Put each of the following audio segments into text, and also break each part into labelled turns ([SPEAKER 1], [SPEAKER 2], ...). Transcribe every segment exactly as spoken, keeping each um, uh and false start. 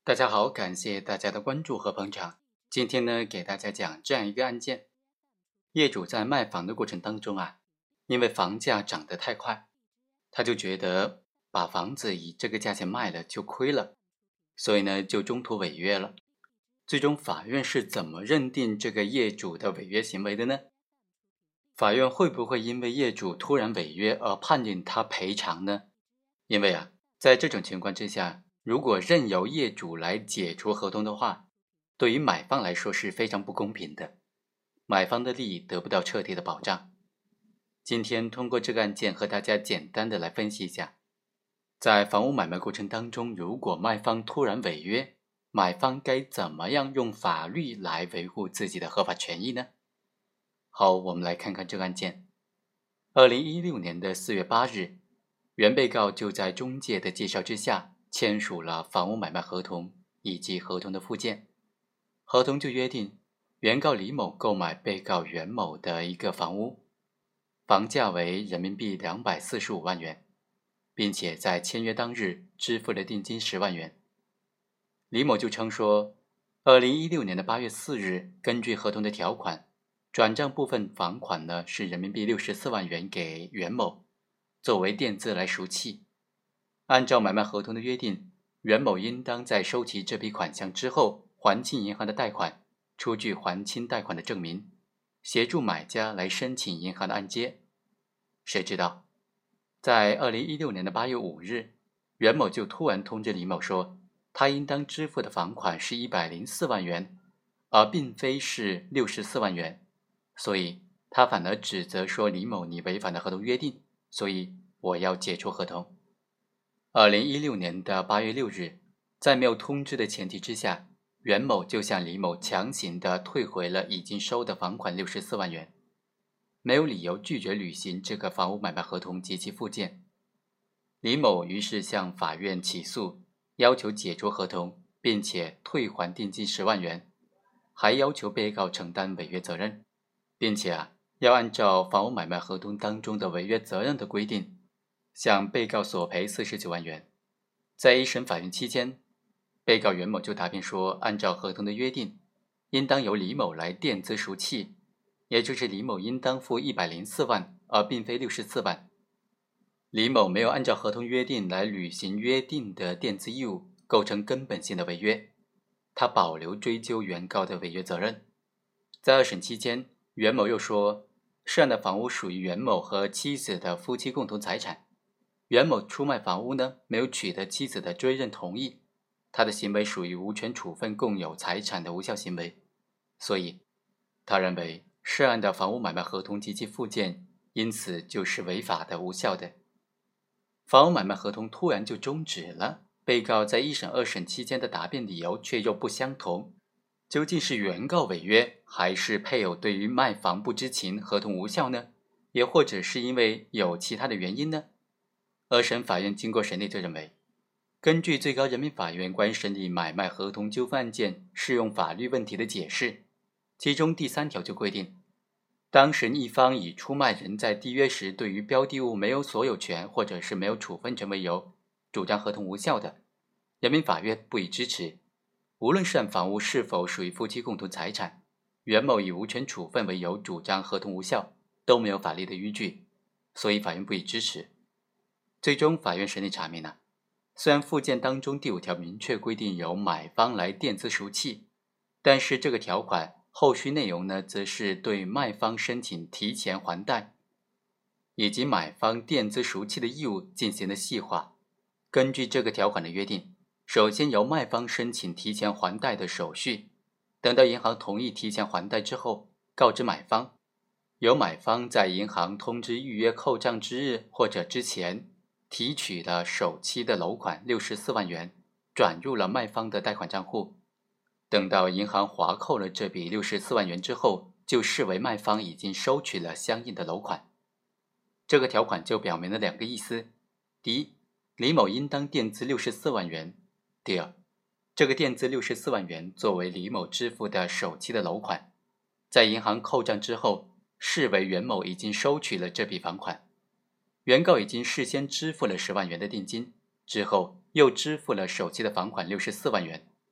[SPEAKER 1] 大家好，感谢大家的关注和捧场。今天呢，给大家讲这样一个案件：业主在卖房的过程当中啊，因为房价涨得太快，他就觉得把房子以这个价钱卖了就亏了，所以呢，就中途违约了。最终法院是怎么认定这个业主的违约行为的呢？法院会不会因为业主突然违约而判令他赔偿呢？因为啊，在这种情况之下，如果任由业主来解除合同的话，对于买方来说是非常不公平的，买方的利益得不到彻底的保障。今天通过这个案件和大家简单的来分析一下，在房屋买卖过程当中，如果卖方突然违约，买方该怎么样用法律来维护自己的合法权益呢？好，我们来看看这个案件。二零一六年的四月八日，原被告就在中介的介绍之下签署了房屋买卖合同以及合同的附件。合同就约定，原告李某购买被告袁某的一个房屋，房价为人民币两百四十五万元，并且在签约当日支付了定金十万元。李某就称说，二零一六年的八月四日，根据合同的条款，转账部分房款呢是人民币六十四万元给袁某，作为垫资来赎契。按照买卖合同的约定，袁某应当在收齐这笔款项之后，还清银行的贷款，出具还清贷款的证明，协助买家来申请银行的按揭。谁知道，在二零一六年的八月五日，袁某就突然通知李某说，他应当支付的房款是一百零四万元，而并非是六十四万元，所以他反而指责说李某你违反了合同约定，所以我要解除合同。二零一六年的八月六日，在没有通知的前提之下，袁某就向李某强行的退回了已经收的房款六十四万元，没有理由拒绝履行这个房屋买卖合同及其附件。李某于是向法院起诉，要求解除合同，并且退还定金十万元，还要求被告承担违约责任，并且啊，要按照房屋买卖合同当中的违约责任的规定，向被告索赔四十九万元。在一审法院期间，被告袁某就答辩说，按照合同的约定，应当由李某来垫资赎契，也就是李某应当付一百零四万，而并非六十四万。李某没有按照合同约定来履行约定的垫资义务，构成根本性的违约，他保留追究原告的违约责任。在二审期间，袁某又说，涉案的房屋属于袁某和妻子的夫妻共同财产，袁某出卖房屋呢，没有取得妻子的追认同意，他的行为属于无权处分共有财产的无效行为，所以他认为涉案的房屋买卖合同及其附件因此就是违法的、无效的。房屋买卖合同突然就终止了，被告在一审、二审期间的答辩理由却又不相同，究竟是原告违约，还是配偶对于卖房不知情，合同无效呢？也或者是因为有其他的原因呢？二审法院经过审理就认为，根据最高人民法院关于审理买卖合同纠纷案件适用法律问题的解释，其中第三条就规定，当事人一方以出卖人在缔约时对于标的物没有所有权或者是没有处分权为由，主张合同无效的，人民法院不予支持。无论涉案房屋是否属于夫妻共同财产，袁某以无权处分为由主张合同无效，都没有法律的依据，所以法院不予支持。最终法院审理查明了，虽然附件当中第五条明确规定由买方来垫资赎契，但是这个条款后续内容呢，则是对卖方申请提前还贷以及买方垫资赎契的义务进行了细化。根据这个条款的约定，首先由卖方申请提前还贷的手续，等到银行同意提前还贷之后，告知买方，由买方在银行通知预约扣账之日或者之前，提取了首期的楼款六十四万元，转入了卖方的贷款账户。等到银行划扣了这笔六十四万元之后，就视为卖方已经收取了相应的楼款。这个条款就表明了两个意思：第一，李某应当垫资六十四万元；第二，这个垫资六十四万元作为李某支付的首期的楼款，在银行扣账之后，视为袁某已经收取了这笔房款。原告已经事先支付了十万元的定金，之后又支付了首期的房款六十四万元，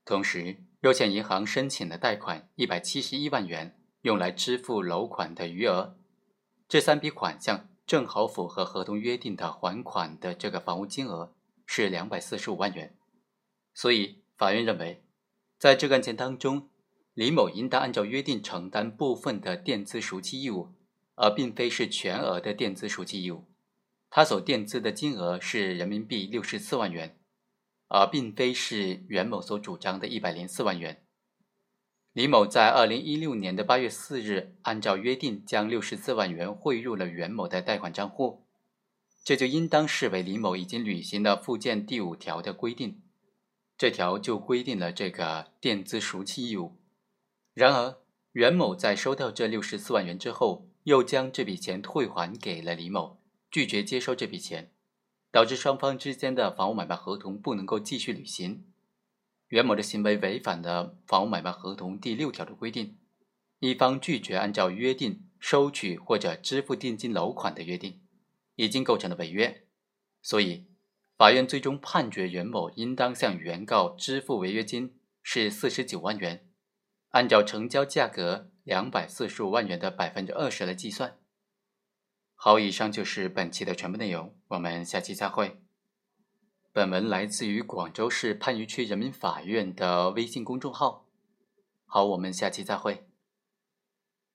[SPEAKER 1] 同时又向银行申请了贷款一百七十一万元，用来支付楼款的余额。这三笔款项正好符合合同约定的还款的这个房屋金额是两百四十五万元。所以法院认为，在这个案件当中，李某应当按照约定承担部分的垫资赎期义务，而并非是全额的垫资赎期义务。他所垫资的金额是人民币六十四万元，而并非是袁某所主张的一百零四万元。李某在二零一六年的八月四日按照约定将六十四万元汇入了袁某的贷款账户，这就应当视为李某已经履行了附件第五条的规定，这条就规定了这个垫资赎期义务。然而袁某在收到这六十四万元之后，又将这笔钱退还给了李某，拒绝接收这笔钱，导致双方之间的房屋买卖合同不能够继续履行。袁某的行为违反了房屋买卖合同第六条的规定，一方拒绝按照约定收取或者支付定金楼款的约定，已经构成了违约。所以法院最终判决袁某应当向原告支付违约金是四十九万元，按照成交价格两百四十五万元的 百分之二十 来计算。好，以上就是本期的全部内容，我们下期再会。本文来自于广州市番禺区人民法院的微信公众号。好，我们下期再会。